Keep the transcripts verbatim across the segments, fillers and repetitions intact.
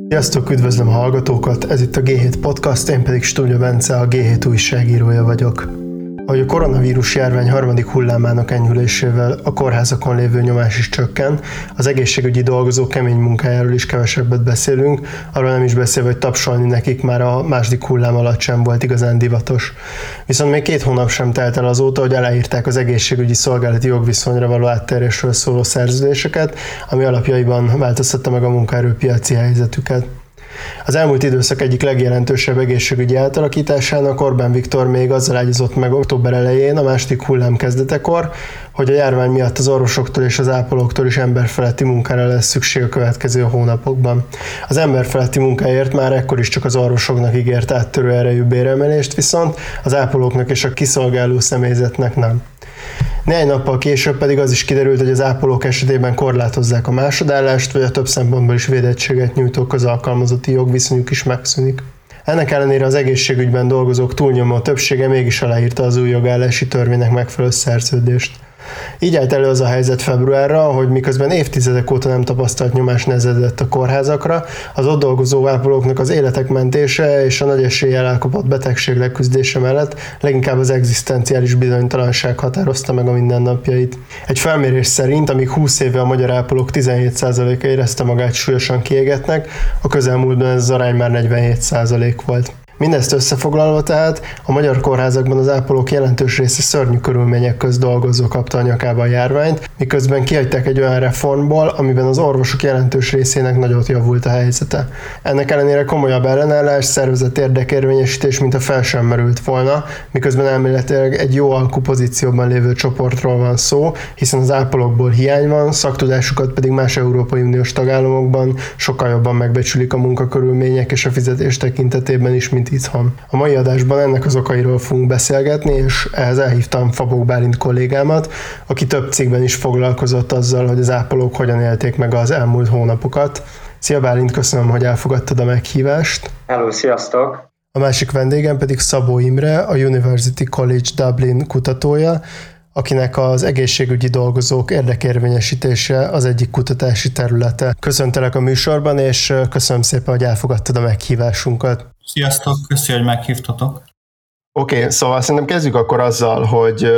Sziasztok, üdvözlöm a hallgatókat, ez itt a gé hét Podcast, én pedig Stúnya Bence, a gé hét újságírója vagyok. Ahogy a koronavírus járvány harmadik hullámának enyhülésével a kórházakon lévő nyomás is csökken, az egészségügyi dolgozók kemény munkájáról is kevesebbet beszélünk, arról nem is beszélve, hogy tapsolni nekik már a második hullám alatt sem volt igazán divatos. Viszont még két hónap sem telt el azóta, hogy aláírták az egészségügyi szolgálati jogviszonyra való áttérésről szóló szerződéseket, ami alapjaiban változtatta meg a munkaerőpiaci helyzetüket. Az elmúlt időszak egyik legjelentősebb egészségügyi átalakításának Orbán Viktor még azzal ágyazott meg október elején, a második hullám kezdetekor, hogy a járvány miatt az orvosoktól és az ápolóktól is emberfeletti munkára lesz szükség a következő hónapokban. Az emberfeletti munkáért már ekkor is csak az orvosoknak ígért áttörő erejű béremelést, viszont az ápolóknak és a kiszolgáló személyzetnek nem. Néhány nappal később pedig az is kiderült, hogy az ápolók esetében korlátozzák a másodállást, vagy a több szempontból is védettséget nyújtó közalkalmazotti jogviszonyuk is megszűnik. Ennek ellenére az egészségügyben dolgozók túlnyomó többsége mégis aláírta az új jogállási törvénynek megfelelő szerződést. Így állt elő az a helyzet februárra, hogy miközben évtizedek óta nem tapasztalt nyomás nehezedett a kórházakra, az ott dolgozó ápolóknak az életek mentése és a nagy eséllyel elkapott betegség leküzdése mellett leginkább az egzisztenciális bizonytalanság határozta meg a mindennapjait. Egy felmérés szerint, amíg húsz éve a magyar ápolók tizenhét százaléka érezte magát súlyosan kiégetnek, a közelmúltban ez az arány már negyvenhét százalék volt. Mindezt összefoglalva tehát, a magyar kórházakban az ápolók jelentős része szörnyű körülmények közt dolgozó kapta a nyakába a járványt, miközben kihagyták egy olyan reformból, amiben az orvosok jelentős részének nagyot javult a helyzete. Ennek ellenére komolyabb ellenállás, szervezett érdekérvényesítés, mint a fel sem merült volna, miközben elméletileg egy jó alkú pozícióban lévő csoportról van szó, hiszen az ápolókból hiány van, szaktudásukat pedig más Európai Uniós tagállamokban sokkal jobban megbecsülik a munkakörülmények és a fizetés tekintetében is, mint itthon. A mai adásban ennek az okairól fogunk beszélgetni, és ehhez elhívtam Fabók Bálint kollégámat, aki több cikkben is foglalkozott azzal, hogy az ápolók hogyan élték meg az elmúlt hónapokat. Szia Bálint, köszönöm, hogy elfogadtad a meghívást. Hello, sziasztok! A másik vendégem pedig Szabó Imre, a University College Dublin kutatója, akinek az egészségügyi dolgozók érdekérvényesítése az egyik kutatási területe. Köszöntelek a műsorban, és köszönöm szépen, hogy elfogadtad a meghívásunkat. Sziasztok, köszönöm, hogy meghívtatok. Oké, okay, szóval szerintem kezdjük akkor azzal, hogy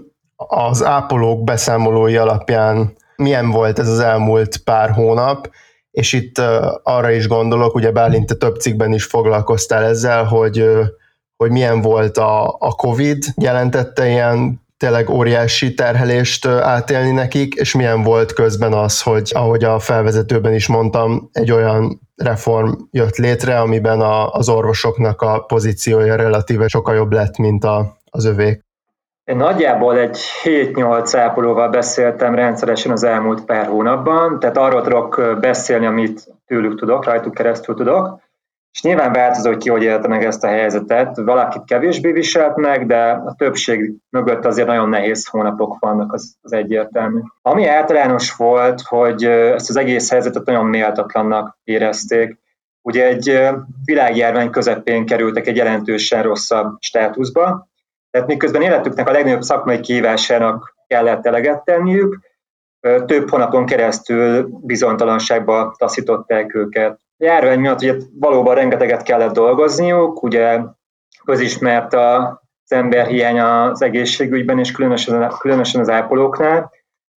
az ápolók beszámolói alapján milyen volt ez az elmúlt pár hónap, és itt arra is gondolok, ugye Bálint, te több cikkben is foglalkoztál ezzel, hogy, hogy milyen volt a, a Covid, jelentette ilyen tényleg óriási terhelést átélni nekik, és milyen volt közben az, hogy ahogy a felvezetőben is mondtam, egy olyan reform jött létre, amiben a, az orvosoknak a pozíciója relatíve sokkal jobb lett, mint a, az övék. Én nagyjából egy hét-nyolc ápolóval beszéltem rendszeresen az elmúlt pár hónapban, tehát arról tudok beszélni, amit tőlük tudok, rajtuk keresztül tudok, és nyilván változó, hogy ki hogy élte meg ezt a helyzetet. Valakit kevésbé viselt meg, de a többség mögött azért nagyon nehéz hónapok vannak, az, az egyértelmű. Ami általános volt, hogy ezt az egész helyzetet nagyon méltatlannak érezték. Ugye egy világjárvány közepén kerültek egy jelentősen rosszabb státuszba, tehát miközben életüknek a legnagyobb szakmai kihívásának kellett eleget tenniük, több hónapon keresztül bizonytalanságba taszították őket. A járvány miatt ugye valóban rengeteget kellett dolgozniuk, ugye közismert az emberhiány az egészségügyben, és különösen, különösen az ápolóknál.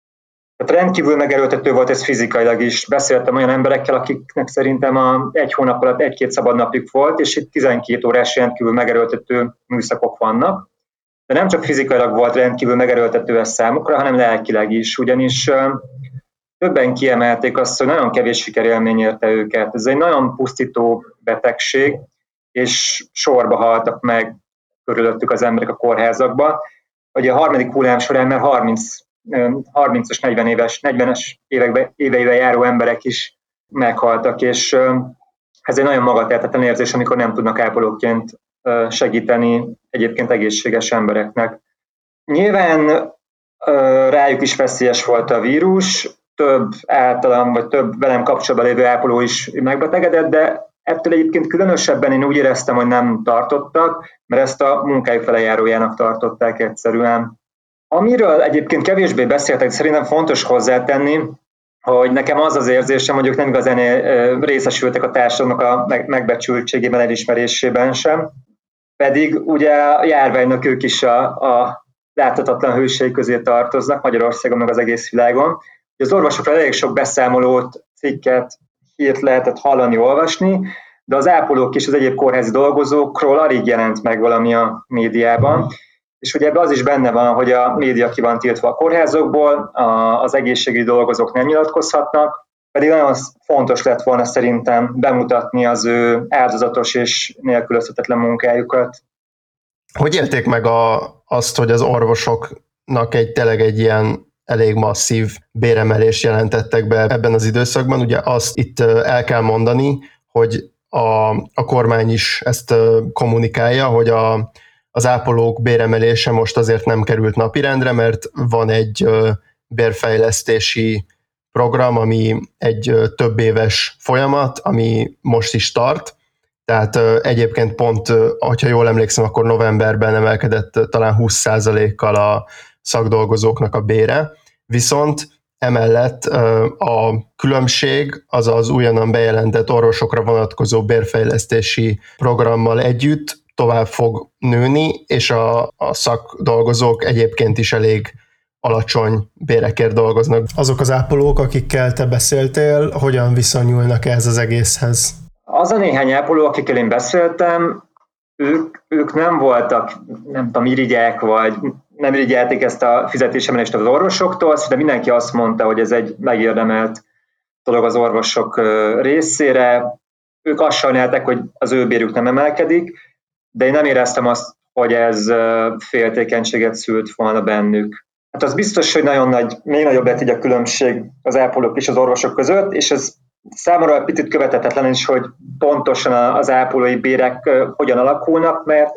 Tehát rendkívül megerőltető volt ez fizikailag is. Beszéltem olyan emberekkel, akiknek szerintem a egy hónap alatt egy-két szabad napjuk volt, és itt tizenkét órás rendkívül megerőltető műszakok vannak. De nem csak fizikailag volt rendkívül megerőltető ez számukra, hanem lelkileg is, ugyanis többen kiemelték azt, hogy nagyon kevés sikerélmény érte őket. Ez egy nagyon pusztító betegség, és sorba haltak meg körülöttük az emberek a kórházakba. Ugye a harmadik hullám során már harminc, harmincas, negyven éves, negyvenes évekbe, éveivel járó emberek is meghaltak, és ez egy nagyon magatartatlan érzés, amikor nem tudnak ápolóként segíteni egyébként egészséges embereknek. Nyilván rájuk is veszélyes volt a vírus, több általam, vagy több velem kapcsolatban lévő ápoló is megbetegedett, de ettől egyébként különösebben én úgy éreztem, hogy nem tartottak, mert ezt a munkájuk felejárójának tartották egyszerűen. Amiről egyébként kevésbé beszéltek, szerintem fontos hozzátenni, hogy nekem az az érzésem, hogy ők nem igazán részesültek a társadalomnak a megbecsültségében, elismerésében sem. Pedig ugye a járványnak ők is a, a láthatatlan hősei közé tartoznak Magyarországon, meg az egész világon. Az orvosokról elég sok beszámolót, cikket, hírt lehetett hallani, olvasni, de az ápolók és az egyéb kórházi dolgozókról alig jelent meg valami a médiában. És ugye ebben az is benne van, hogy a média ki van tiltva a kórházokból, az egészségügyi dolgozók nem nyilatkozhatnak, pedig nagyon fontos lett volna szerintem bemutatni az ő áldozatos és nélkülözhetetlen munkájukat. Hogy élték meg a, azt, hogy az orvosoknak egy tényleg egy ilyen elég masszív béremelést jelentettek be ebben az időszakban? Ugye azt itt el kell mondani, hogy a, a kormány is ezt kommunikálja, hogy a, az ápolók béremelése most azért nem került napirendre, mert van egy bérfejlesztési program, ami egy több éves folyamat, ami most is tart. Tehát egyébként pont, hogyha jól emlékszem, akkor novemberben emelkedett talán húsz százalékkal a szakdolgozóknak a bére, viszont emellett a különbség az az újonnan bejelentett orvosokra vonatkozó bérfejlesztési programmal együtt tovább fog nőni, és a, a szakdolgozók egyébként is elég alacsony bérekért dolgoznak. Azok az ápolók, akikkel te beszéltél, hogyan viszonyulnak ez az egészhez? Az a néhány ápoló, akikkel én beszéltem, ők, ők nem voltak, nem tudom, irigyek, vagy nem irigyelték ezt a fizetésemelést az orvosoktól, de mindenki azt mondta, hogy ez egy megérdemelt dolog az orvosok részére. Ők azt sajnálták, hogy az ő bérük nem emelkedik, de én nem éreztem azt, hogy ez féltékenységet szült volna bennük. Hát az biztos, hogy nagyon nagy, még nagyobb lett így a különbség az ápolók és az orvosok között, és ez számomra egy picit követhetetlen is, hogy pontosan az ápolói bérek hogyan alakulnak, mert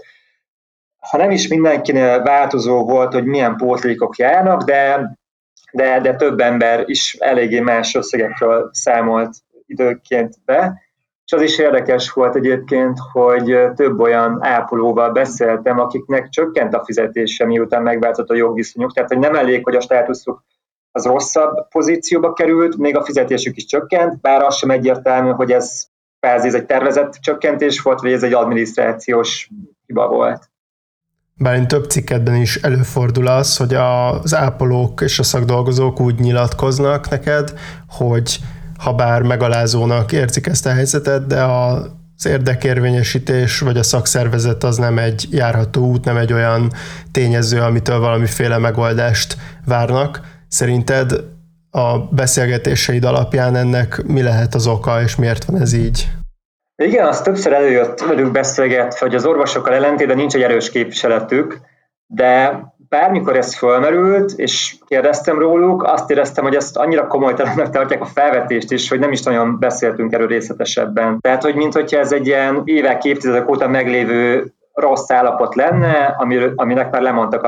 ha nem is mindenkinél változó volt, hogy milyen pótlékok járnak, de, de, de több ember is eléggé más összegekről számolt időként be. És az is érdekes volt egyébként, hogy több olyan ápolóval beszéltem, akiknek csökkent a fizetése, miután megváltozott a jogviszonyuk. Tehát, hogy nem elég, hogy a státuszuk az rosszabb pozícióba került, még a fizetésük is csökkent, bár az sem egyértelmű, hogy ez kvázi ez egy tervezett csökkentés volt, vagy ez egy adminisztrációs hiba volt. Bár több cikketben is előfordul az, hogy az ápolók és a szakdolgozók úgy nyilatkoznak neked, hogy ha bár megalázónak érzik ezt a helyzetet, de az érdekérvényesítés vagy a szakszervezet az nem egy járható út, nem egy olyan tényező, amitől valamiféle megoldást várnak. Szerinted a beszélgetéseid alapján ennek mi lehet az oka, és miért van ez így? Igen, az többször előjött velük beszélgetve, hogy az orvosokkal ellentétben nincs egy erős képviseletük, de bármikor ez fölmerült, és kérdeztem róluk, azt éreztem, hogy ezt annyira komolytalannak tartják a felvetést is, hogy nem is nagyon beszéltünk erről részletesebben. Tehát, hogy minthogyha ez egy ilyen évek, évtizedek óta meglévő rossz állapot lenne, aminek már lemondtak a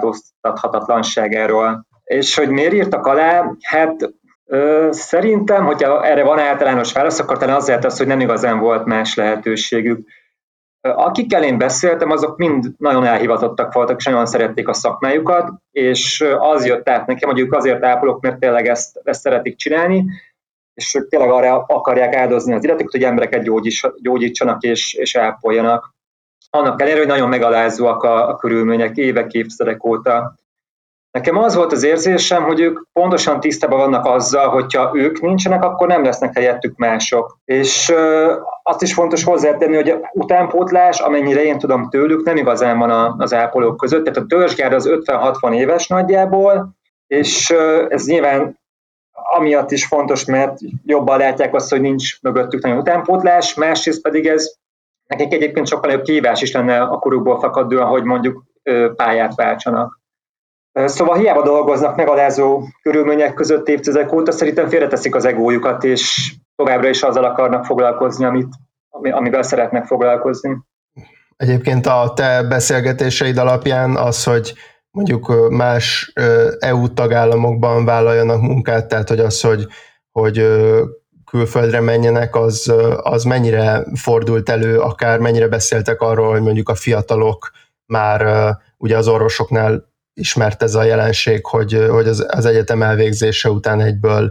megváltoztathatatlanságáról. És hogy miért írtak alá? Hát ö, szerintem, hogyha erre van általános válasz, akkor talán azért az, hogy nem igazán volt más lehetőségük. Akikkel én beszéltem, azok mind nagyon elhivatottak voltak, és nagyon szerették a szakmájukat, és az jött át nekem, hogy ők azért ápolók, mert tényleg ezt, ezt szeretik csinálni, és ők tényleg arra akarják áldozni az életüket, hogy embereket gyógyítsanak és, és ápoljanak. Annak ellenére, hogy nagyon megalázóak a, a körülmények évek, évtizedek óta. Nekem az volt az érzésem, hogy ők pontosan tisztában vannak azzal, hogyha ők nincsenek, akkor nem lesznek helyettük mások. És ö, azt is fontos hozzátenni, hogy a utánpótlás, amennyire én tudom tőlük, nem igazán van az ápolók között. Tehát a törzsgárda az ötven-hatvan éves nagyjából, és ö, ez nyilván amiatt is fontos, mert jobban látják azt, hogy nincs mögöttük nagyon utánpótlás, másrészt pedig ez nekik egyébként sokkal jobb kihívás is lenne a korukból fakadóan, hogy mondjuk ö, pályát váltsanak. Szóval hiába dolgoznak megalázó körülmények között évtizedek óta, szerintem félreteszik az egójukat, és továbbra is azzal akarnak foglalkozni, amit, amivel szeretnek foglalkozni. Egyébként a te beszélgetéseid alapján az, hogy mondjuk más é u tagállamokban vállaljanak munkát, tehát hogy az, hogy, hogy külföldre menjenek, az, az mennyire fordult elő, akár mennyire beszéltek arról, hogy mondjuk a fiatalok már ugye az orvosoknál ismert ez a jelenség, hogy, hogy az, az egyetem elvégzése után egyből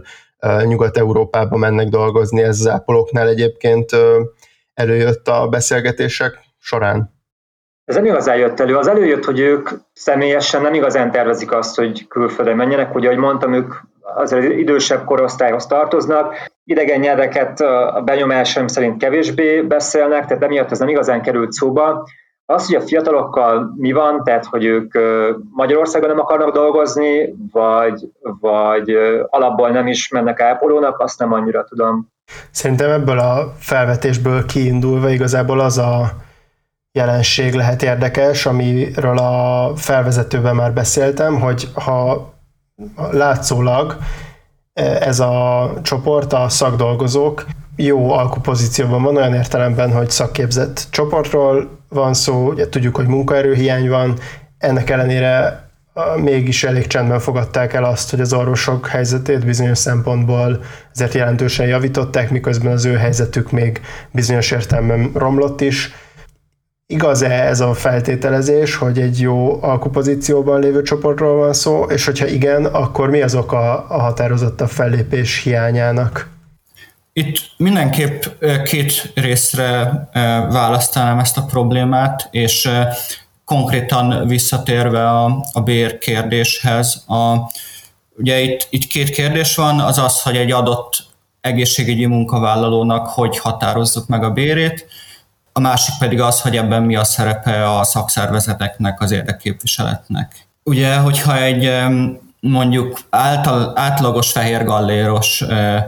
Nyugat-Európába mennek dolgozni. Ez az ápolóknál egyébként előjött a beszélgetések során? Ez nem igazán jött elő. Az előjött, hogy ők személyesen nem igazán tervezik azt, hogy külföldre menjenek. Ugye, ahogy mondtam, ők az idősebb korosztályhoz tartoznak. Idegen nyelveket a benyomásom szerint kevésbé beszélnek, tehát emiatt ez nem igazán került szóba. Az, hogy a fiatalokkal mi van, tehát hogy ők Magyarországon nem akarnak dolgozni, vagy, vagy alapból nem is mennek ápolónak, azt nem annyira tudom. Szerintem ebből a felvetésből kiindulva igazából az a jelenség lehet érdekes, amiről a felvezetőben már beszéltem, hogy ha látszólag ez a csoport, a szakdolgozók jó alkupozícióban van, olyan értelemben, hogy szakképzett csoportról van szó, ugye tudjuk, hogy munkaerőhiány van, ennek ellenére mégis elég csendben fogadták el azt, hogy az orvosok helyzetét bizonyos szempontból ezért jelentősen javították, miközben az ő helyzetük még bizonyos értelemben romlott is. Igaz-e ez a feltételezés, hogy egy jó alkupozícióban lévő csoportról van szó, és hogyha igen, akkor mi az oka a határozottabb fellépés hiányának? Itt mindenképp két részre választanám ezt a problémát, és konkrétan visszatérve a, a bér kérdéshez, a, ugye itt, itt két kérdés van, az az, hogy egy adott egészségügyi munkavállalónak hogy határozzuk meg a bérét, a másik pedig az, hogy ebben mi a szerepe a szakszervezeteknek, az érdekképviseletnek. Ugye, hogyha egy mondjuk által, átlagos fehérgalléros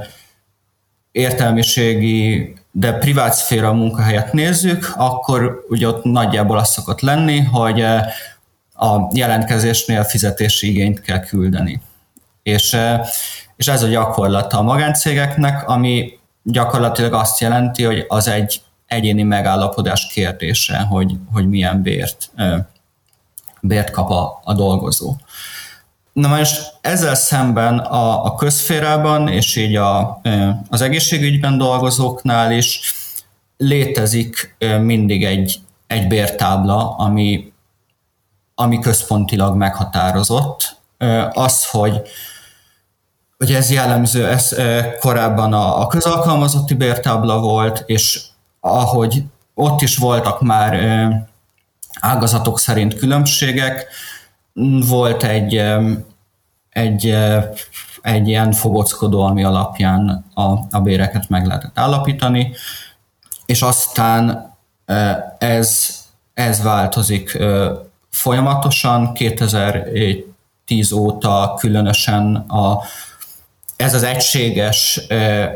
értelmiségi, de privát szféra munkahelyet nézzük, akkor ugye ott nagyjából az szokott lenni, hogy a jelentkezésnél fizetési igényt kell küldeni. És, és ez a gyakorlata a magáncégeknek, ami gyakorlatilag azt jelenti, hogy az egy egyéni megállapodás kérdése, hogy, hogy milyen bért, bért kap a, a dolgozó. Na most ezzel szemben a, a közszférában és így a, az egészségügyben dolgozóknál is létezik mindig egy, egy bértábla, ami, ami központilag meghatározott. Az, hogy, hogy ez jellemző, ez korábban a, a közalkalmazotti bértábla volt, és ahogy ott is voltak már ágazatok szerint különbségek, volt egy, egy, egy ilyen fogockodó, ami alapján a, a béreket meg lehetett állapítani, és aztán ez, ez változik folyamatosan. kétezer-tíz óta különösen a, ez az egységes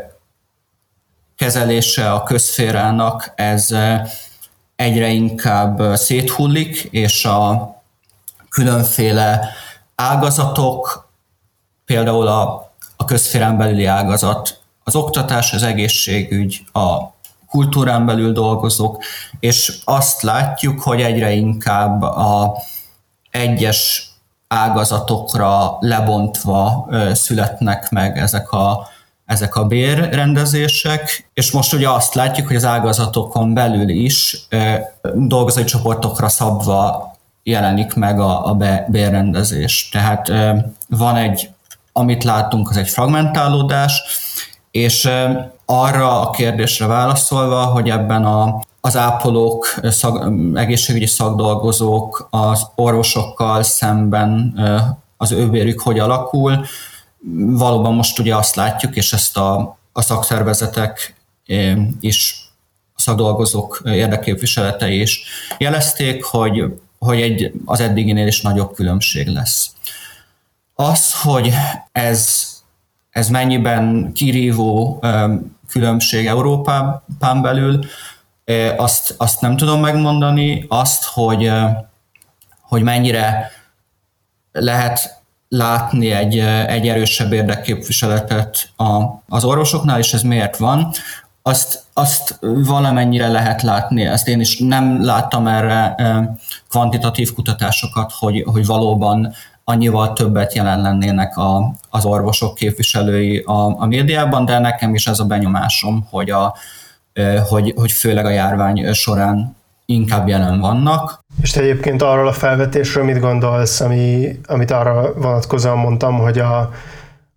kezelése a közszférának, ez egyre inkább széthullik, és a különféle ágazatok, például a, a közszférán belüli ágazat, az oktatás, az egészségügy, a kultúrán belül dolgozók, és azt látjuk, hogy egyre inkább a egyes ágazatokra lebontva születnek meg ezek a ezek a bérrendezések, és most ugye azt látjuk, hogy az ágazatokon belül is dolgozói csoportokra szabva jelenik meg a, a bérrendezés. Tehát van egy, amit látunk, az egy fragmentálódás, és arra a kérdésre válaszolva, hogy ebben a, az ápolók, szak, egészségügyi szakdolgozók az orvosokkal szemben az ő bérük hogy alakul, valóban most ugye azt látjuk, és ezt a, a szakszervezetek is, a szakdolgozók érdekképviseletei is jelezték, hogy, hogy egy, az eddiginél is nagyobb különbség lesz. Az, hogy ez, ez mennyiben kirívó különbség Európán belül, azt, azt nem tudom megmondani. Azt, hogy, hogy mennyire lehet látni egy, egy erősebb érdekképviseletet az orvosoknál, és ez miért van, azt, azt valamennyire lehet látni. Ezt én is nem láttam erre kvantitatív kutatásokat, hogy, hogy valóban annyival többet jelen lennének a, az orvosok képviselői a, a médiában, de nekem is ez a benyomásom, hogy, a, hogy, hogy főleg a járvány során inkább jelen vannak. És te egyébként arról a felvetésről mit gondolsz, ami, amit arra vonatkozóan mondtam, hogy a,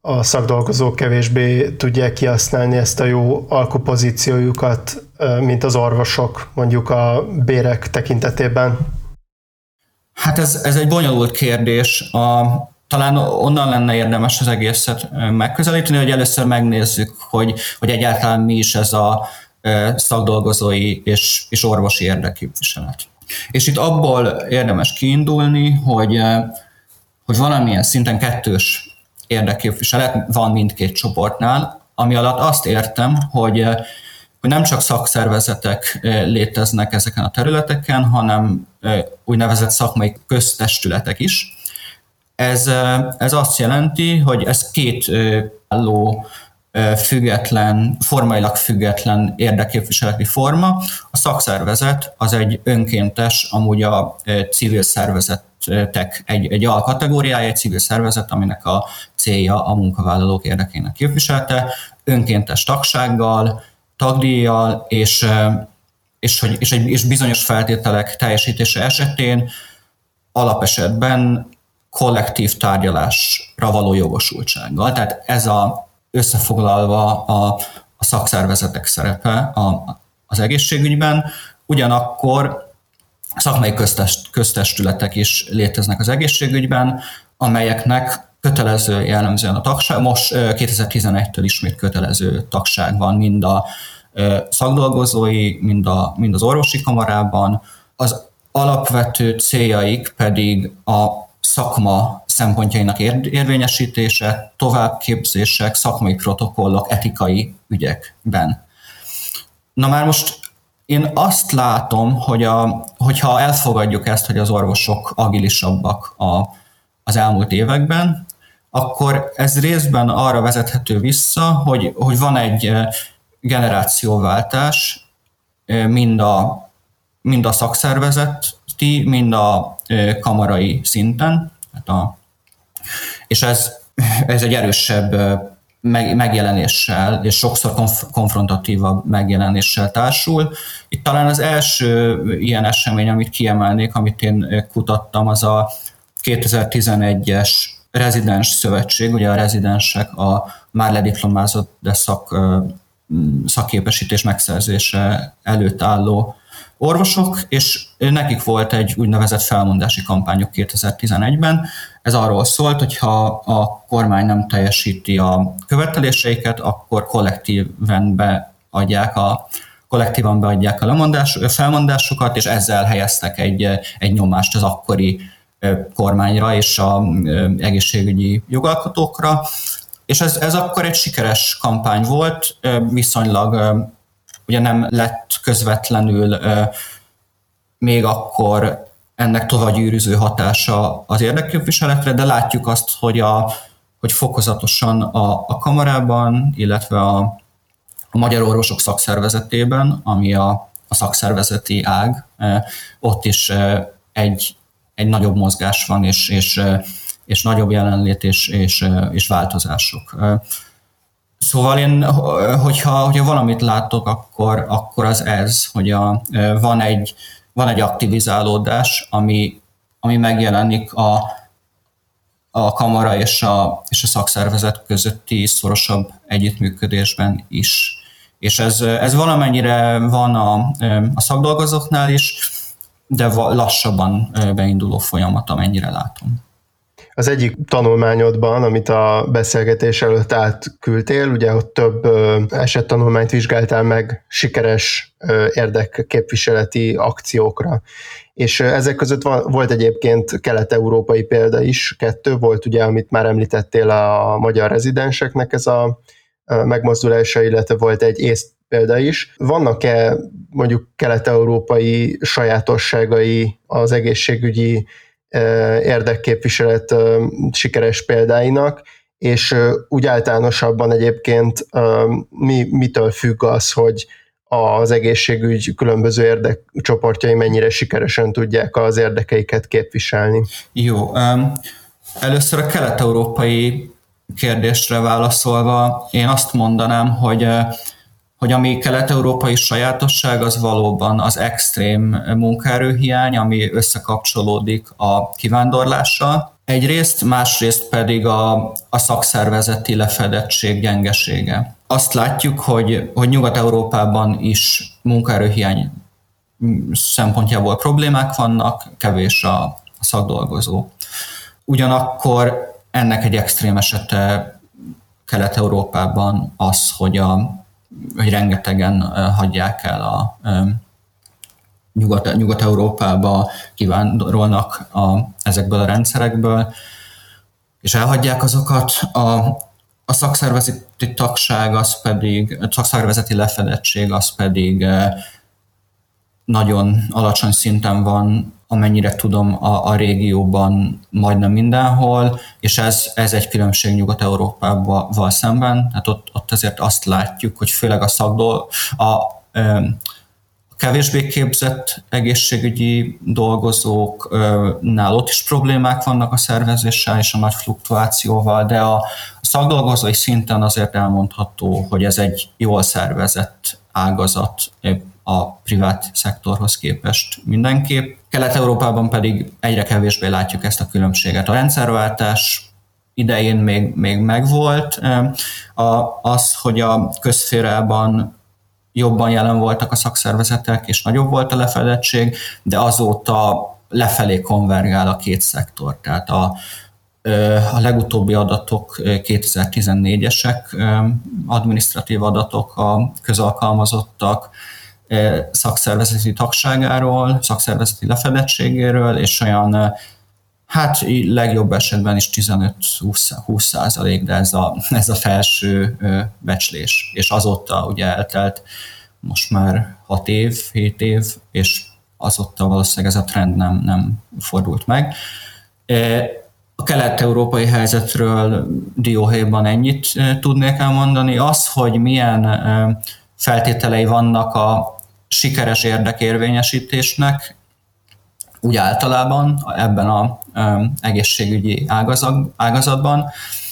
a szakdolgozók kevésbé tudják kihasználni ezt a jó alkupozíciójukat, mint az orvosok, mondjuk a bérek tekintetében? Hát ez, ez egy bonyolult kérdés. A, talán onnan lenne érdemes az egészet megközelíteni, hogy először megnézzük, hogy, hogy egyáltalán mi is ez a szakdolgozói és, és orvosi érdekképviselet. És itt abból érdemes kiindulni, hogy, hogy valamilyen szinten kettős érdekképviselet van mindkét csoportnál, ami alatt azt értem, hogy, hogy nem csak szakszervezetek léteznek ezeken a területeken, hanem úgynevezett szakmai köztestületek is. Ez, ez azt jelenti, hogy ez két álló független, formailag független érdekképviseleti forma. A szakszervezet az egy önkéntes, amúgy a civil szervezetek egy, egy alkategóriája, egy civil szervezet, aminek a célja a munkavállalók érdekének képviselete, önkéntes tagsággal, tagdíjjal, és, és, hogy, és, egy, és bizonyos feltételek teljesítése esetén alapesetben kollektív tárgyalásra való jogosultsággal. Tehát ez a összefoglalva a, a szakszervezetek szerepe a, az egészségügyben. Ugyanakkor szakmai köztest, köztestületek is léteznek az egészségügyben, amelyeknek kötelező jellemzően a tagság. Most kétezer-tizenegytől ismét kötelező tagság van mind a szakdolgozói, mind, a, mind az orvosi kamarában. Az alapvető céljaik pedig a szakma szempontjainak érvényesítése, továbbképzések, szakmai protokollok, etikai ügyekben. Na már most én azt látom, hogy a, hogyha elfogadjuk ezt, hogy az orvosok agilisabbak a, az elmúlt években, akkor ez részben arra vezethető vissza, hogy, hogy van egy generációváltás mind a, mind a szakszervezeti, mind a kamarai szinten, a, és ez, ez egy erősebb megjelenéssel, és sokszor konf- konfrontatívabb megjelenéssel társul. Itt talán az első ilyen esemény, amit kiemelnék, amit én kutattam, az a kétezer-tizenegyes rezidens szövetség, ugye a rezidensek a már lediplomázott, de szak, szakképesítés megszerzése előtt álló orvosok, és nekik volt egy úgynevezett felmondási kampányuk kétezer-tizenegyben. Ez arról szólt, hogy ha a kormány nem teljesíti a követeléseiket, akkor kollektíven beadják a, kollektívan beadják a lemondás, felmondásukat, és ezzel helyeztek egy, egy nyomást az akkori kormányra és az egészségügyi jogalkotókra. És ez, ez akkor egy sikeres kampány volt, viszonylag ugye nem lett közvetlenül még akkor ennek tovagyűrűző hatása az érdekképviseletre, de látjuk azt, hogy, a, hogy fokozatosan a, a kamarában, illetve a, a Magyar Orvosok Szakszervezetében, ami a, a szakszervezeti ág, ott is egy, egy nagyobb mozgás van, és, és, és nagyobb jelenlét és, és, és változások. Szóval én, hogyha, hogyha valamit látok, akkor, akkor az ez, hogy a, van, egy, van egy aktivizálódás, ami, ami megjelenik a, a kamara és a, és a szakszervezet közötti szorosabb együttműködésben is. És ez, ez valamennyire van a, a szakdolgozóknál is, de lassabban beinduló folyamat, amennyire látom. Az egyik tanulmányodban, amit a beszélgetés előtt átküldtél, ugye ott több esettanulmányt vizsgáltál meg sikeres érdekképviseleti akciókra. És ezek között volt egyébként kelet-európai példa is, kettő volt ugye, amit már említettél, a magyar rezidenseknek ez a megmozdulása, illetve volt egy észt példa is. Vannak-e mondjuk kelet-európai sajátosságai az egészségügyi érdekképviselet sikeres példáinak, és úgy általánosabban egyébként mi, mitől függ az, hogy az egészségügy különböző érdekcsoportjai mennyire sikeresen tudják az érdekeiket képviselni? Jó. Először a kelet-európai kérdésre válaszolva, én azt mondanám, hogy hogy ami kelet-európai sajátosság, az valóban az extrém munkaerőhiány, ami összekapcsolódik a kivándorlással. egyrészt, másrészt pedig a, a szakszervezeti lefedettség gyengesége. Azt látjuk, hogy, hogy Nyugat-Európában is munkaerőhiány szempontjából problémák vannak, kevés a, a szakdolgozó. Ugyanakkor ennek egy extrém esete Kelet-Európában az, hogy, a, hogy rengetegen hagyják el a Nyugat, Nyugat-Európába, kivándorolnak a, ezekből a rendszerekből, és elhagyják azokat. A, a szakszervezeti tagság, az pedig, a szakszervezeti lefedettség az pedig nagyon alacsony szinten van, amennyire tudom, a, a régióban majdnem mindenhol, és ez, ez egy különbség Nyugat-Európával szemben. Tehát ott, ott azért azt látjuk, hogy főleg a szakdol, a, a kevésbé képzett egészségügyi dolgozóknál ott is problémák vannak a szervezéssel és a nagy fluktuációval, de a szakdolgozói szinten azért elmondható, hogy ez egy jól szervezett ágazat a privát szektorhoz képest mindenképp. Kelet-Európában pedig egyre kevésbé látjuk ezt a különbséget. A rendszerváltás idején még, még megvolt az, hogy a közszférában jobban jelen voltak a szakszervezetek, és nagyobb volt a lefedettség, de azóta lefelé konvergál a két szektor. Tehát a, a legutóbbi adatok kétezer-tizennégyesek, adminisztratív adatok a közalkalmazottak szakszervezeti tagságáról, szakszervezeti lefedettségéről, és olyan, hát legjobb esetben is tizenöt-húsz százalék, de ez a, ez a felső becslés. És azóta ugye eltelt most már hat év, hét év, és azóta valószínűleg ez a trend nem, nem fordult meg. A kelet-európai helyzetről dióhéjban ennyit tudnék elmondani. Az, hogy milyen feltételei vannak a sikeres érdekérvényesítésnek, úgy általában ebben az egészségügyi ágazat, ágazatban.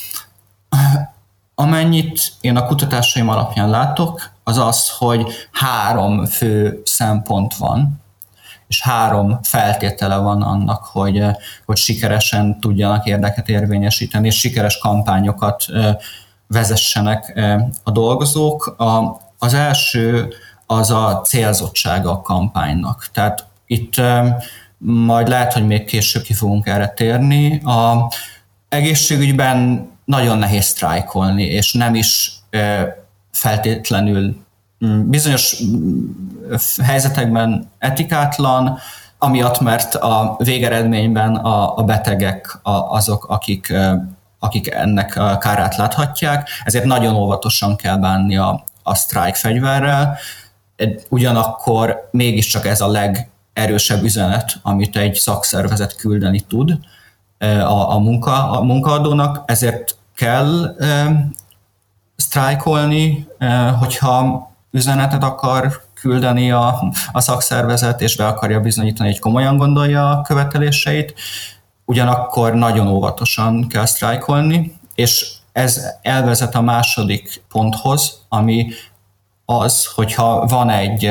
Amennyit én a kutatásaim alapján látok, az az, hogy három fő szempont van, és három feltétele van annak, hogy, hogy sikeresen tudjanak érdeket érvényesíteni, és sikeres kampányokat vezessenek a dolgozók. A, az első az a célzottsága a kampánynak. Tehát itt majd lehet, hogy még később ki fogunk erre térni. A egészségügyben nagyon nehéz sztrájkolni, és nem is feltétlenül bizonyos helyzetekben etikátlan, amiatt, mert a végeredményben a, a betegek a, azok, akik, akik ennek a kárát láthatják, ezért nagyon óvatosan kell bánni a, a sztrájk fegyverrel. Ugyanakkor mégiscsak ez a legerősebb üzenet, amit egy szakszervezet küldeni tud a, a, munka, a munkaadónak, ezért kell e, sztrájkolni, e, hogyha üzenetet akar küldeni a, a szakszervezet, és be akarja bizonyítani, hogy komolyan gondolja a követeléseit. Ugyanakkor nagyon óvatosan kell sztrájkolni, és ez elvezet a második ponthoz, ami az, hogyha van egy,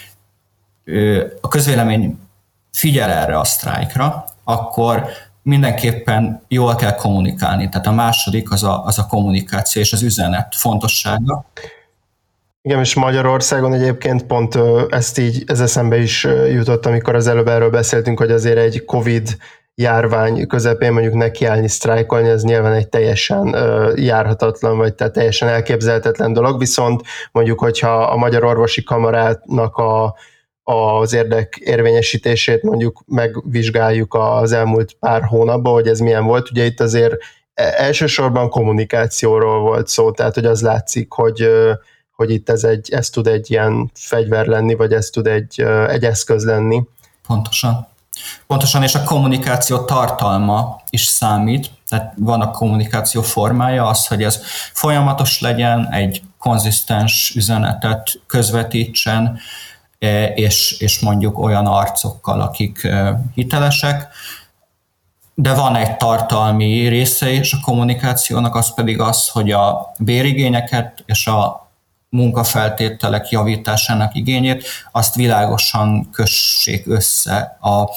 a közvélemény figyel erre a sztrájkra, akkor mindenképpen jól kell kommunikálni. Tehát a második az a, az a kommunikáció és az üzenet fontossága. Igen, és Magyarországon egyébként pont ezt így, ez eszembe is jutott, amikor az előbb erről beszéltünk, hogy azért egy Covid járvány közepén mondjuk nekiállni, sztrájkolni, ez nyilván egy teljesen járhatatlan, vagy tehát teljesen elképzelhetetlen dolog, viszont mondjuk, hogyha a Magyar Orvosi Kamarának a, az érdek érvényesítését mondjuk megvizsgáljuk az elmúlt pár hónapban, hogy ez milyen volt, ugye itt azért elsősorban kommunikációról volt szó, tehát hogy az látszik, hogy hogy itt ez, egy, ez tud egy ilyen fegyver lenni, vagy ez tud egy, egy eszköz lenni. Pontosan. Pontosan, és a kommunikáció tartalma is számít, tehát van a kommunikáció formája, az, hogy ez folyamatos legyen, egy konzisztens üzenetet közvetítsen, és, és mondjuk olyan arcokkal, akik hitelesek, de van egy tartalmi része is a kommunikációnak, az pedig az, hogy a bérigényeket és a munkafeltételek javításának igényét, azt világosan kössék össze a,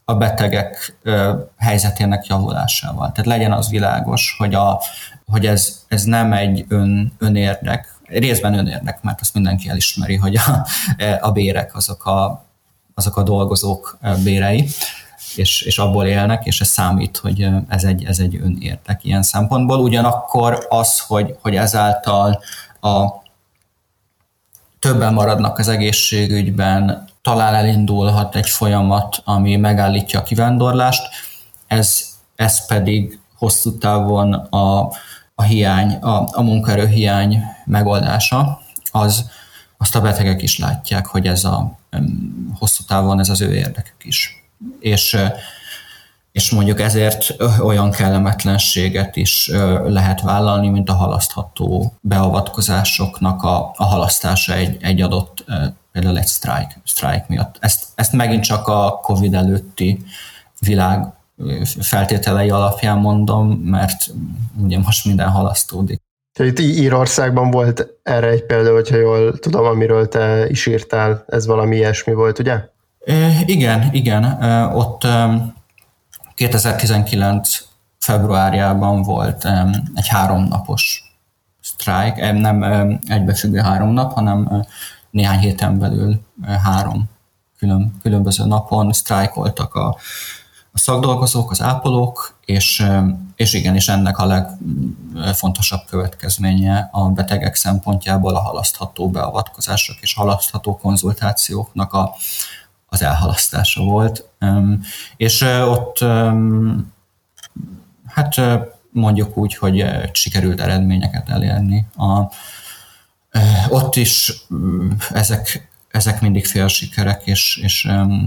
a betegek helyzetének javulásával. Tehát legyen az világos, hogy, a, hogy ez, ez nem egy ön, önérdek, részben önérdek, mert azt mindenki elismeri, hogy a, a bérek azok a, azok a dolgozók bérei, és, és abból élnek, és ez számít, hogy ez egy, ez egy önérdek ilyen szempontból. Ugyanakkor az, hogy, hogy ezáltal a többen maradnak az egészségügyben, talán elindulhat egy folyamat, ami megállítja a kivándorlást, ez, ez pedig hosszú távon a, a hiány, a, a munkaerőhiány megoldása, az, azt a betegek is látják, hogy ez a hosszú távon ez az ő érdekük is. És, és mondjuk ezért olyan kellemetlenséget is lehet vállalni, mint a halasztható beavatkozásoknak a, a halasztása egy, egy adott, például egy sztrájk, sztrájk miatt. Ezt, ezt megint csak a Covid előtti világ feltételei alapján mondom, mert ugye most minden halasztódik. Itt Írországban volt erre egy példa, hogyha jól tudom, amiről te is írtál, ez valami ilyesmi volt, ugye? Igen, igen. Ott kétezer-tizenkilenc februárjában volt egy háromnapos sztrájk, nem egybefüggő három nap, hanem néhány héten belül három külön, különböző napon sztrájkoltak a, a szakdolgozók, az ápolók, és, és igen, és ennek a legfontosabb következménye a betegek szempontjából a halasztható beavatkozások és halasztható konzultációknak a, az elhalasztása volt. És ott hát mondjuk úgy, hogy sikerült eredményeket elérni. A, ott is ezek, ezek mindig félsikerek, és, és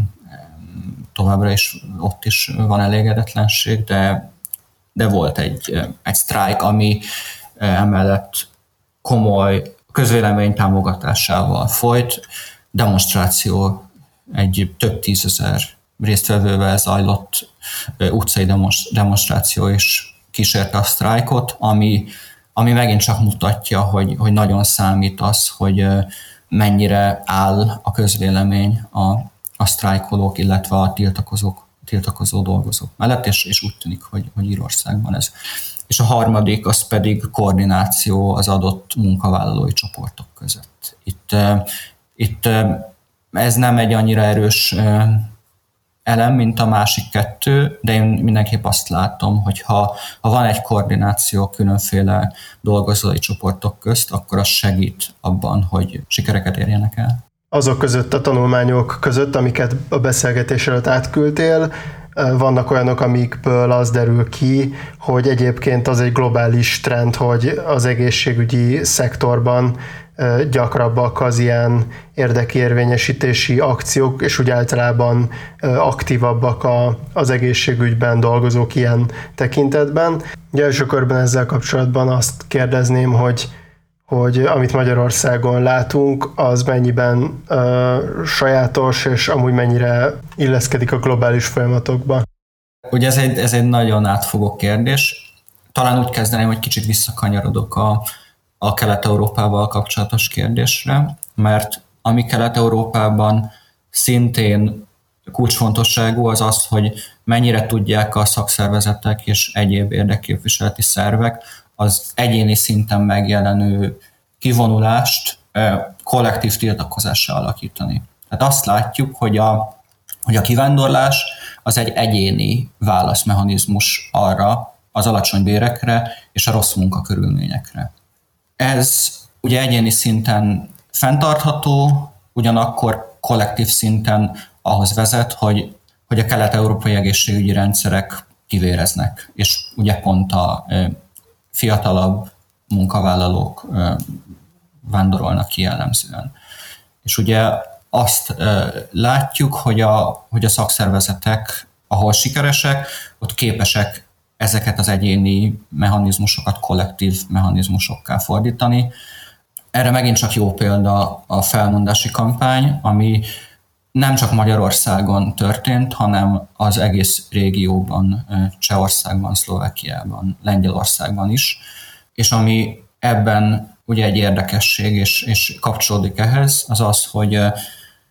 továbbra is ott is van elégedetlenség, de, de volt egy, egy sztrájk, ami emellett komoly közvélemény támogatásával folyt, demonstráció, egy több tízezer résztvevővel zajlott utcai demonstráció is kísérte a sztrájkot, ami, ami megint csak mutatja, hogy, hogy nagyon számít az, hogy mennyire áll a közvélemény a, a sztrájkolók, illetve a tiltakozók, tiltakozó dolgozók mellett, és, és úgy tűnik, hogy, hogy Írországban ez. És a harmadik, az pedig koordináció az adott munkavállalói csoportok között. Itt, itt ez nem egy annyira erős elem, mint a másik kettő, de én mindenképp azt látom, hogy ha, ha van egy koordináció különféle dolgozói csoportok közt, akkor az segít abban, hogy sikereket érjenek el. Azok között, a tanulmányok között, amiket a beszélgetés előtt átküldtél, vannak olyanok, amikből az derül ki, hogy egyébként az egy globális trend, hogy az egészségügyi szektorban gyakrabbak az ilyen érdekérvényesítési akciók, és úgy általában aktívabbak a, az egészségügyben dolgozók ilyen tekintetben. Ugye első körben ezzel kapcsolatban azt kérdezném, hogy, hogy amit Magyarországon látunk, az mennyiben uh, sajátos, és amúgy mennyire illeszkedik a globális folyamatokba. Ugye ez egy, ez egy nagyon átfogó kérdés. Talán úgy kezdeném, hogy kicsit visszakanyarodok a a Kelet-Európával kapcsolatos kérdésre, mert ami Kelet-Európában szintén kulcsfontosságú az az, hogy mennyire tudják a szakszervezetek és egyéb érdekképviseleti szervek az egyéni szinten megjelenő kivonulást kollektív tiltakozással alakítani. Tehát azt látjuk, hogy a, hogy a kivándorlás az egy egyéni válaszmechanizmus arra, az alacsony bérekre és a rossz munkakörülményekre. Ez ugye egyéni szinten fenntartható, ugyanakkor kollektív szinten ahhoz vezet, hogy, hogy a kelet-európai egészségügyi rendszerek kivéreznek, és ugye pont a fiatalabb munkavállalók vándorolnak ki jellemzően. És ugye azt látjuk, hogy a, hogy a szakszervezetek, ahol sikeresek, ott képesek ezeket az egyéni mechanizmusokat kollektív mechanizmusokká fordítani. Erre megint csak jó példa a felmondási kampány, ami nem csak Magyarországon történt, hanem az egész régióban, Csehországban, Szlovákiában, Lengyelországban is, és ami ebben ugye egy érdekesség, és, és kapcsolódik ehhez, az az, hogy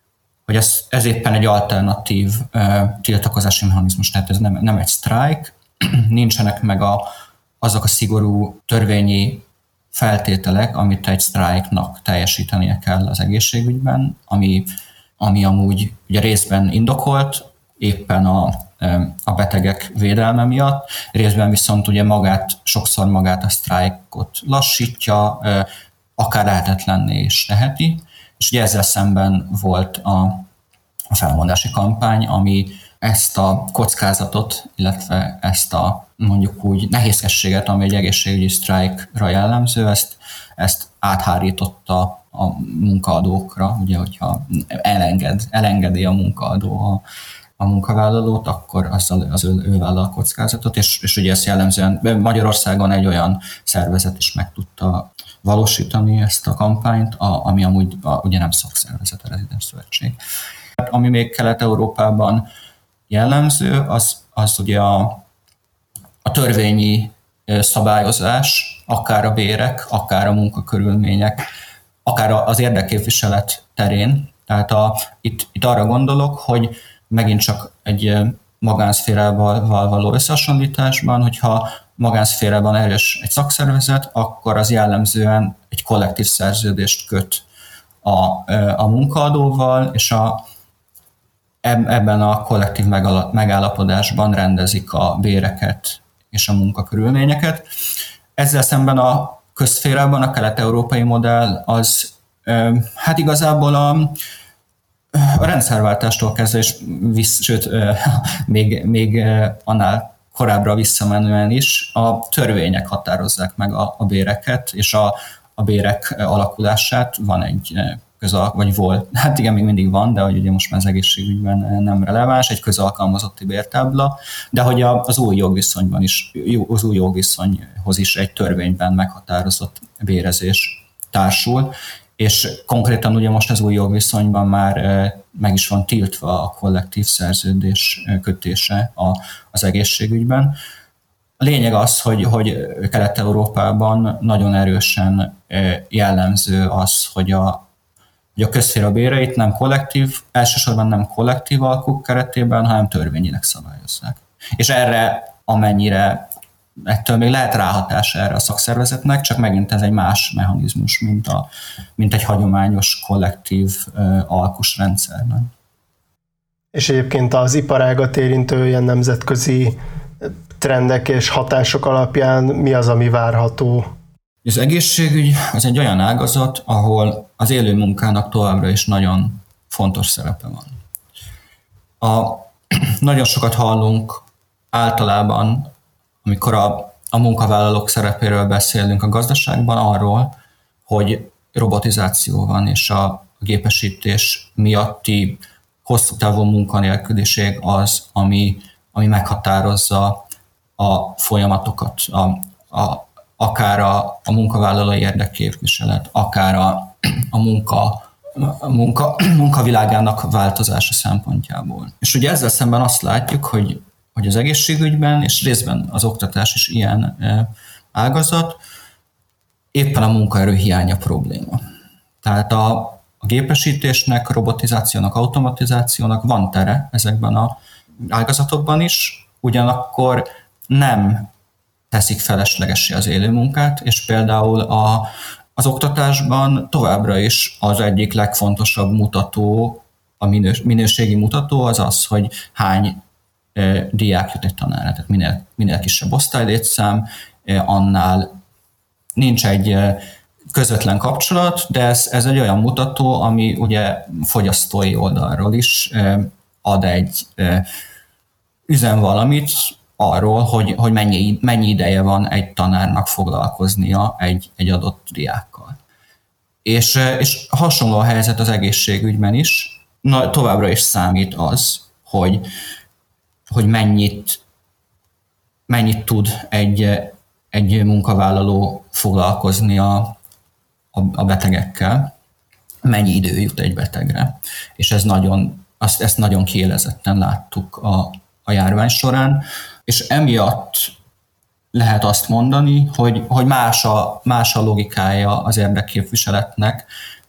hogy ez, ez éppen egy alternatív uh, tiltakozási mechanizmus, tehát ez nem, nem egy sztrájk, nincsenek meg a, azok a szigorú törvényi feltételek, amit egy sztrájknak teljesítenie kell az egészségügyben, ami, ami amúgy ugye részben indokolt, éppen a, a betegek védelme miatt, részben viszont ugye magát, sokszor magát a sztrájkot lassítja, akár lehetetlenné is teheti, és ugye ezzel szemben volt a, a felmondási kampány, ami ezt a kockázatot, illetve ezt a mondjuk úgy nehézkességet, ami egy egészségügyi sztrájkra jellemző, ezt, ezt áthárította a munkaadókra, ugye, hogyha elenged, elengedi a munkaadó a, a munkavállalót, akkor azzal az ő, ő vállal a kockázatot, és, és ugye ezt jellemzően Magyarországon egy olyan szervezet is meg tudta valósítani ezt a kampányt, a, ami amúgy a, ugye nem szakszervezet, a Rezidens Szövetség. Ami még Kelet-Európában jellemző, az, az ugye a, a törvényi szabályozás, akár a bérek, akár a munkakörülmények, akár az érdekképviselet terén. Tehát a, itt, itt arra gondolok, hogy megint csak egy magánszférával való összehasonlításban, hogyha magánszférában erős egy szakszervezet, akkor az jellemzően egy kollektív szerződést köt a, a munkaadóval, és a, ebben a kollektív megállapodásban rendezik a béreket és a munkakörülményeket. Ezzel szemben a közszférában a kelet-európai modell az hát igazából a, a rendszerváltástól kezdve, és visz, sőt, még, még annál korábbra visszamenően is a törvények határozzák meg a, a béreket, és a, a bérek alakulását. Van egy közal, vagy volt, hát igen, még mindig van, de hogy ugye most már az egészségügyben nem releváns, egy közalkalmazotti bértábla, de hogy az új jogviszonyban is, az új jogviszonyhoz is egy törvényben meghatározott bérezés társul, és konkrétan ugye most az új jogviszonyban már meg is van tiltva a kollektív szerződés kötése az egészségügyben. A lényeg az, hogy, hogy Kelet-Európában nagyon erősen jellemző az, hogy a hogy a közszféra béreit nem kollektív, elsősorban nem kollektív alkuk keretében, hanem törvényileg szabályozzák. És erre, amennyire ettől még lehet ráhatás erre a szakszervezetnek, csak megint ez egy más mechanizmus, mint, a, mint egy hagyományos kollektív uh, alkus rendszerben. És egyébként az iparágat érintő ilyen nemzetközi trendek és hatások alapján mi az, ami várható? Az egészségügy az egy olyan ágazat, ahol az élő munkának továbbra is nagyon fontos szerepe van. A, nagyon sokat hallunk általában, amikor a, a munkavállalók szerepéről beszélünk a gazdaságban, arról, hogy robotizáció van, és a gépesítés miatti hosszú távú munkanélküliség az, ami, ami meghatározza a folyamatokat, a, a akár a, a munkavállalói érdekképviselet, akár a, a, munka, a munka, munkavilágának változása szempontjából. És ugye ezzel szemben azt látjuk, hogy, hogy az egészségügyben, és részben az oktatás is ilyen ágazat, éppen a munkaerő hiánya probléma. Tehát a, a gépesítésnek, robotizációnak, automatizációnak van tere ezekben az ágazatokban is, ugyanakkor nem teszik feleslegessé az élő munkát, és például a, az oktatásban továbbra is az egyik legfontosabb mutató, a minős, minőségi mutató az az, hogy hány e, diák jut egy tanárra. Tehát minél, minél kisebb osztálylétszám, e, annál nincs egy e, közvetlen kapcsolat, de ez, ez egy olyan mutató, ami ugye fogyasztói oldalról is e, ad egy e, üzen valamit, arról, hogy, hogy mennyi, mennyi ideje van egy tanárnak foglalkoznia egy, egy adott diákkal. És, és hasonló a helyzet az egészségügyben is. Na, továbbra is számít az, hogy, hogy mennyit, mennyit tud egy, egy munkavállaló foglalkozni a, a, a betegekkel, mennyi idő jut egy betegre. És ez nagyon, azt, ezt nagyon kiélezetten láttuk a, a járvány során. És emiatt lehet azt mondani, hogy, hogy más, a, más a logikája az érdekképviseletnek,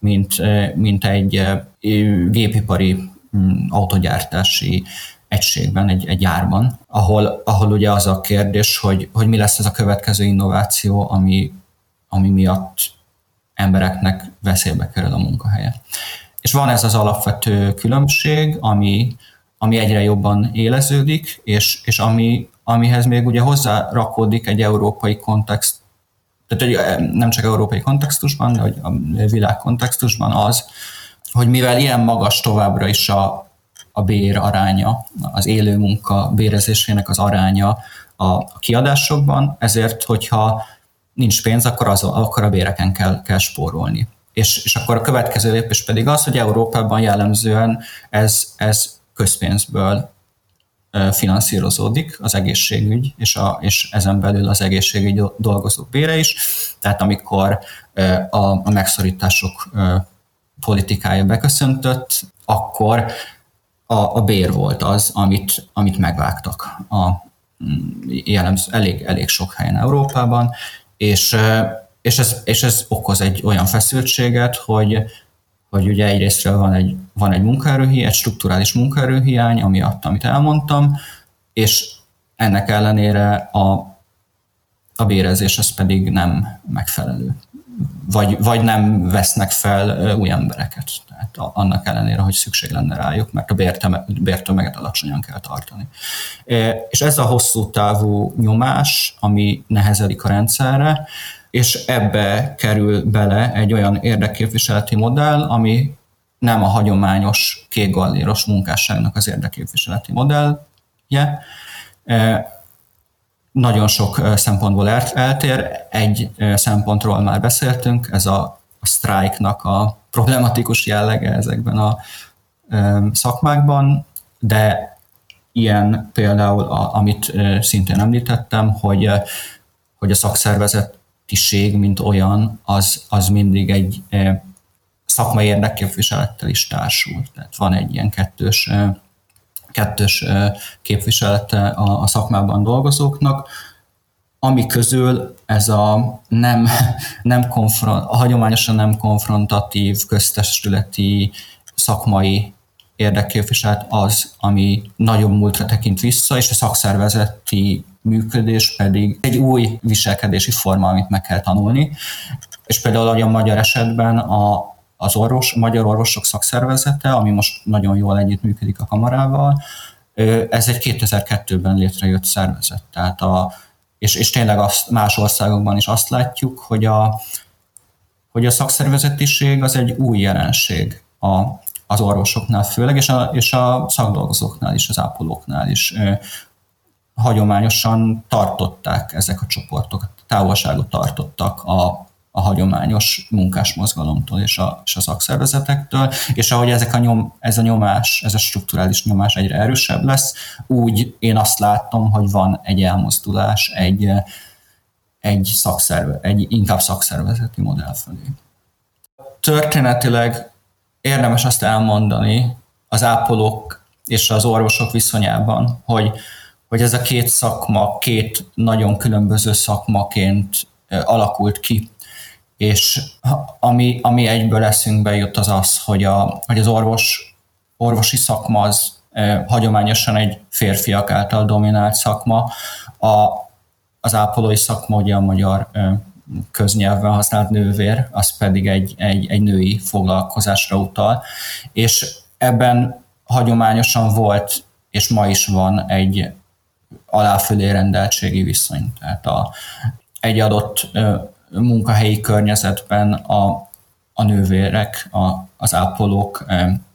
mint, mint egy gépipari autogyártási egységben, egy, egy gyárban, ahol, ahol ugye az a kérdés, hogy, hogy mi lesz ez a következő innováció, ami, ami miatt embereknek veszélybe kerül a munkahelye. És van ez az alapvető különbség, ami, ami egyre jobban éleződik, és, és ami, amihez még ugye hozzárakódik egy európai kontext, tehát nem csak európai kontextusban, de hogy a világ kontextusban az, hogy mivel ilyen magas továbbra is a, a bér aránya, az élő munka bérezésének az aránya a kiadásokban, ezért, hogyha nincs pénz, akkor, az, akkor a béreken kell, kell spórolni. És, és akkor a következő lépés pedig az, hogy Európában jellemzően ez, ez közpénzből finanszírozódik, az egészségügy, és, a, és ezen belül az egészségügy dolgozók bére is. Tehát amikor a, a megszorítások politikája beköszöntött, akkor a, a bér volt az, amit, amit megvágtak a, jellemző, elég, elég sok helyen Európában, és, és, ez, és ez okoz egy olyan feszültséget, hogy, hogy ugye egyrésztről van egy, van egy munkaerőhiány, egy strukturális munkaerőhiány, amiatt, amit elmondtam, és ennek ellenére a, a bérezés az pedig nem megfelelő. Vagy, vagy nem vesznek fel új embereket. Tehát annak ellenére, hogy szükség lenne rájuk, mert a bértömeget alacsonyan kell tartani. És ez a hosszú távú nyomás, ami nehezedik a rendszerre, és ebbe kerül bele egy olyan érdekképviseleti modell, ami nem a hagyományos kékgalléros munkásságnak az érdekképviseleti modellje. Nagyon sok szempontból eltér. Egy szempontról már beszéltünk, ez a, a sztrájknak a problematikus jellege ezekben a szakmákban, de ilyen például, a, amit szintén említettem, hogy, hogy a szakszervezetiség, mint olyan, az, az mindig egy szakmai érdekképviselettel is társul. Tehát van egy ilyen kettős kettős képviselete a, a szakmában dolgozóknak, ami közül ez a nem, nem konfront, a hagyományosan nem konfrontatív, köztestületi, szakmai érdekképviselet az, ami nagyobb múltra tekint vissza, és a szakszervezeti működés pedig egy új viselkedési forma, amit meg kell tanulni. És például a magyar esetben a az orvos, a Magyar Orvosok Szakszervezete, ami most nagyon jól együttműködik a kamarával, ez egy kétezer-kettőben létrejött szervezet. Tehát a, és, és tényleg azt, más országokban is azt látjuk, hogy a, hogy a szakszervezetiség az egy új jelenség a, az orvosoknál főleg, és a, és a szakdolgozóknál is, az ápolóknál is. Hagyományosan tartották ezek a csoportok, távolságot tartottak a a hagyományos munkásmozgalomtól és a, és a szakszervezetektől, és ahogy ezek a nyom, ez a nyomás, ez a strukturális nyomás egyre erősebb lesz, úgy én azt látom, hogy van egy elmozdulás egy, egy, szakszerve, egy inkább szakszervezeti modell felé. Történetileg érdemes azt elmondani az ápolók és az orvosok viszonyában, hogy, hogy ez a két szakma, két nagyon különböző szakmaként alakult ki. És ami, ami egyből eszünkbe jut, az az, hogy, a, hogy az orvos, orvosi szakma az e, hagyományosan egy férfiak által dominált szakma, a, az ápolói szakma, ugye a magyar e, köznyelvben használt nővér, az pedig egy, egy, egy női foglalkozásra utal, és ebben hagyományosan volt, és ma is van egy alá-fölé rendeltségi viszony. Tehát a, egy adott e, munkahelyi környezetben a, a nővérek, a, az ápolók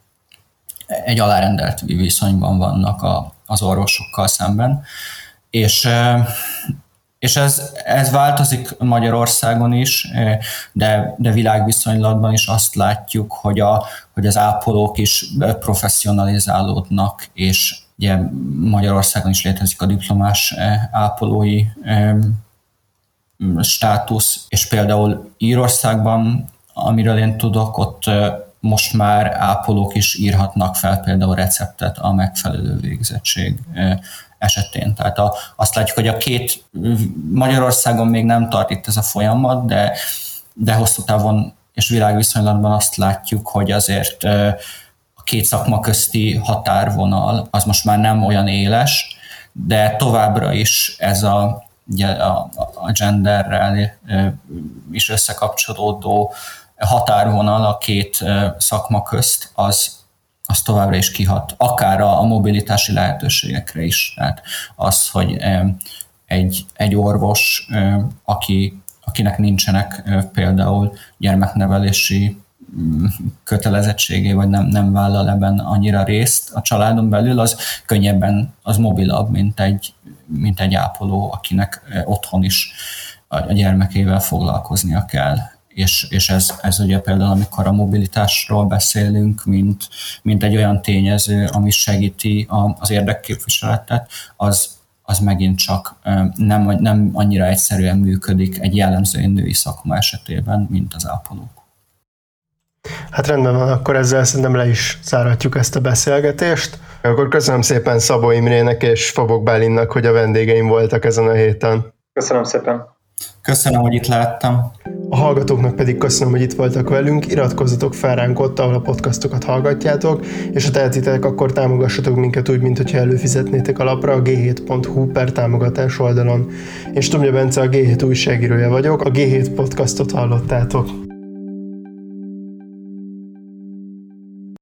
egy alárendelt viszonyban vannak a, az orvosokkal szemben. És, és ez, ez változik Magyarországon is, de, de világviszonylatban is azt látjuk, hogy, a, hogy az ápolók is professzionalizálódnak, és ugye Magyarországon is létezik a diplomás ápolói státusz, és például Írországban, amiről én tudok, ott most már ápolók is írhatnak fel például receptet a megfelelő végzettség esetén. Tehát a, azt látjuk, hogy a két, Magyarországon még nem tart itt ez a folyamat, de, de hosszú távon és világviszonylatban azt látjuk, hogy azért a két szakma közti határvonal az most már nem olyan éles, de továbbra is ez a, a genderrel is összekapcsolódó határvonal a két szakma közt, az, az továbbra is kihat, akár a, a mobilitási lehetőségekre is. Tehát az, hogy egy, egy orvos, aki, akinek nincsenek például gyermeknevelési kötelezettségé, vagy nem, nem vállal ebben annyira részt a családon belül, az könnyebben, az mobilabb, mint egy, mint egy ápoló, akinek otthon is a gyermekével foglalkoznia kell. És, és ez, ez ugye például, amikor a mobilitásról beszélünk, mint, mint egy olyan tényező, ami segíti az érdekképviseletet, az, az megint csak nem, nem annyira egyszerűen működik egy jellemzően női szakma esetében, mint az ápolók. Hát rendben van, akkor ezzel szerintem le is zárhatjuk ezt a beszélgetést. Akkor köszönöm szépen Szabó Imrének és Fabok Bálinnak, hogy a vendégeim voltak ezen a héten. Köszönöm szépen. Köszönöm, hogy itt lehettem. A hallgatóknak pedig köszönöm, hogy itt voltak velünk, iratkozzatok fel ránk ott, ahol a podcastokat hallgatjátok, és ha tehetitek, akkor támogassatok minket úgy, mint hogyha előfizetnétek a lapra a gé hét pont hú per támogatás oldalon. Én Stumja Bence, a gé hét újságírója vagyok, a gé hét podcastot hallottátok.